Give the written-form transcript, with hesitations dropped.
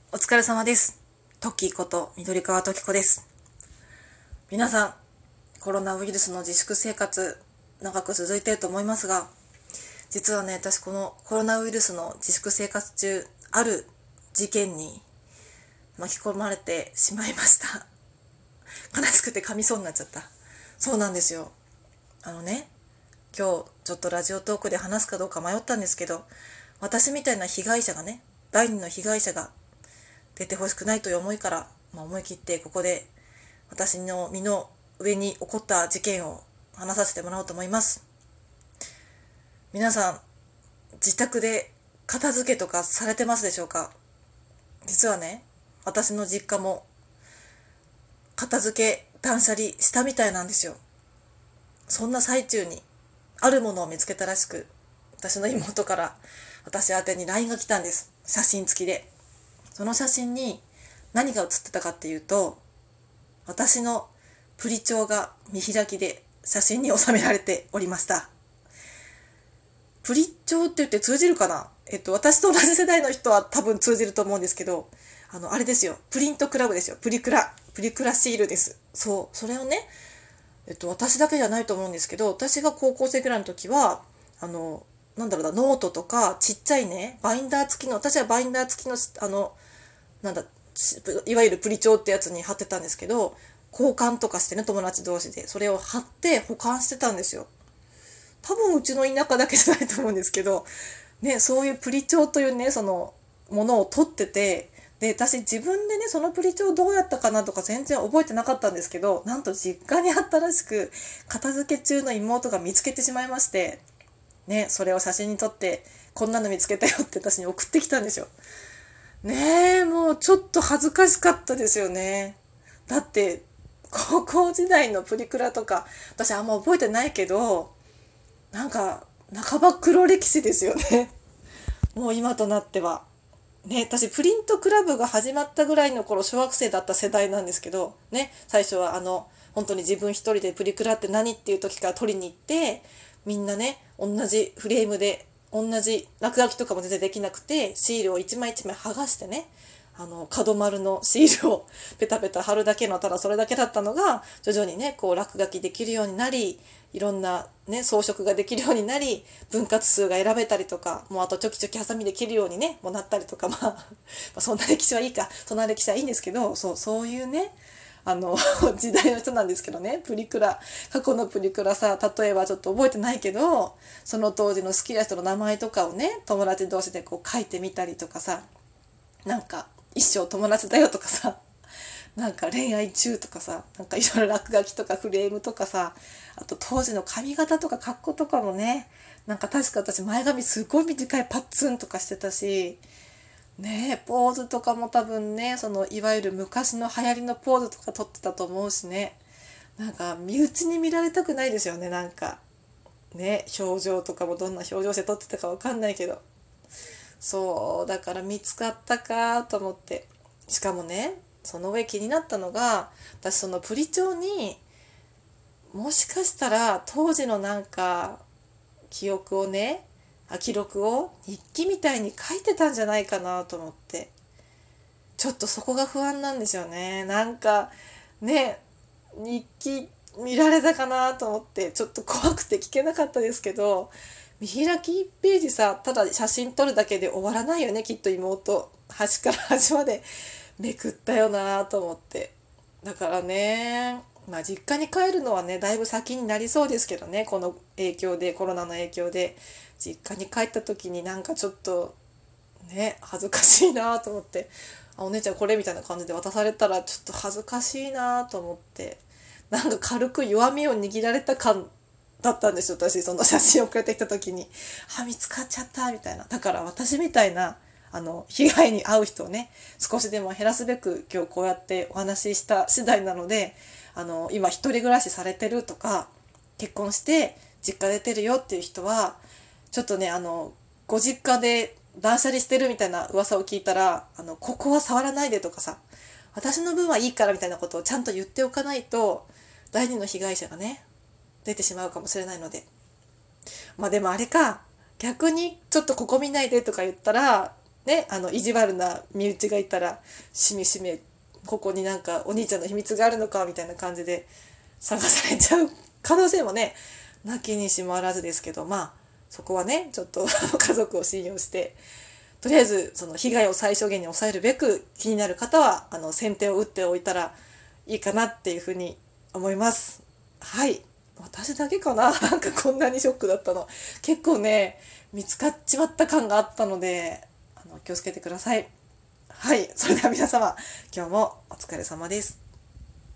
お疲れ様です。トッキーこと緑川トキコです。皆さん、コロナウイルスの自粛生活長く続いていると思いますが、実はね、私このコロナウイルスの自粛生活中、ある事件に巻き込まれてしまいました。悲しくて噛みそうになっちゃった。そうなんですよ。あのね、今日ちょっとラジオトークで話すかどうか迷ったんですけど、私みたいな被害者がね、第二の被害者が出てほしくないという思いから、思い切ってここで私の身の上に起こった事件を話させてもらおうと思います。皆さん、自宅で片付けとかされてますでしょうか？実はね、私の実家も片付け断捨離したみたいなんですよ。そんな最中にあるものを見つけたらしく、私の妹から私宛てに LINE が来たんです。写真付きで。その写真に何が写ってたかっていうと、私のプリ帳が見開きで写真に収められておりました。プリ帳って言って通じるかな？私と同じ世代の人は多分通じると思うんですけど、あれですよ。プリントクラブですよ。プリクラシールです。そう。それをね、私だけじゃないと思うんですけど、私が高校生ぐらいの時は、なんだろうな、ノートとか、ちっちゃいね、バインダー付きの、私はバインダー付きの、なんだ、いわゆるプリ帳ってやつに貼ってたんですけど、交換とかしてね、友達同士で、それを貼って保管してたんですよ。多分うちの田舎だけじゃないと思うんですけど、ね、そういうプリ帳というね、そのものを取ってて、で、私自分でね、そのプリ帳どうやったかなとか全然覚えてなかったんですけど、なんと実家にあったらしく、片付け中の妹が見つけてしまいまして、ね、それを写真に撮って、こんなの見つけたよって私に送ってきたんですよ。ねえ、もうちょっと恥ずかしかったですよね。だって、高校時代のプリクラとか、私あんま覚えてないけど、なんか、半ば黒歴史ですよね。もう今となっては。ね、私プリントクラブが始まったぐらいの頃小学生だった世代なんですけど、ね、最初は本当に自分一人でプリクラって何っていう時から取りに行って、みんなね、同じフレームで、同じ落書きとかも全然できなくて、シールを一枚一枚剥がしてね、角丸のシールをペタペタ貼るだけの、ただそれだけだったのが、徐々にね、こう落書きできるようになり、いろんなね、装飾ができるようになり、分割数が選べたりとか、もうあとチョキチョキハサミで切るようにね、もうなったりとか、そんな歴史はいいか、そんな歴史はいいんですけど、そういうね、時代の人なんですけどね、プリクラ、過去のプリクラさ、例えばちょっと覚えてないけど、その当時の好きな人の名前とかをね、友達同士でこう書いてみたりとかさ、なんか、一生友達だよとかさ、なんか恋愛中とかさ、なんかいろいろ落書きとかフレームとかさ、あと当時の髪型とか格好とかもね、なんか確か私前髪すごい短いパッツンとかしてたし、ねえ、ポーズとかも多分ね、そのいわゆる昔の流行りのポーズとか撮ってたと思うしね、なんか身内に見られたくないですよね、なんか。ね、表情とかもどんな表情して撮ってたかわかんないけど。そう、だから見つかったかと思って。しかもね、その上気になったのが、私そのプリ帳にもしかしたら当時のなんか記憶をね、記録を日記みたいに書いてたんじゃないかなと思って。ちょっとそこが不安なんですよね。なんかね、日記見られたかなと思ってちょっと怖くて聞けなかったですけど、見開き1ページさ、ただ写真撮るだけで終わらないよね、きっと妹。端から端までめくったよなと思って。だからね、実家に帰るのはね、だいぶ先になりそうですけどね、この影響で、コロナの影響で。実家に帰った時になんかちょっとね、恥ずかしいなと思って、お姉ちゃんこれみたいな感じで渡されたらちょっと恥ずかしいなと思って、なんか軽く弱みを握られた感だったんですよ、私。その写真を送ってきた時に、見つかっちゃったみたいな。だから私みたいな被害に遭う人をね、少しでも減らすべく今日こうやってお話しした次第なので、今一人暮らしされてるとか、結婚して実家出てるよっていう人は、ちょっとね、ご実家で断捨離してるみたいな噂を聞いたら、ここは触らないでとかさ、私の分はいいからみたいなことをちゃんと言っておかないと、第二の被害者がね、出てしまうかもしれないので。でもあれか、逆にちょっとここ見ないでとか言ったら、 ね、意地悪な身内がいたらしめしめここになんかお兄ちゃんの秘密があるのかみたいな感じで探されちゃう可能性もねなきにしもあらずですけど、まあそこはねちょっと家族を信用してとりあえずその被害を最小限に抑えるべく気になる方は先手を打っておいたらいいかなっていうふうに思います。はい、私だけかななんかこんなにショックだったの結構ね見つかっちまった感があったので気をつけてください。はい、それでは皆様今日もお疲れ様です。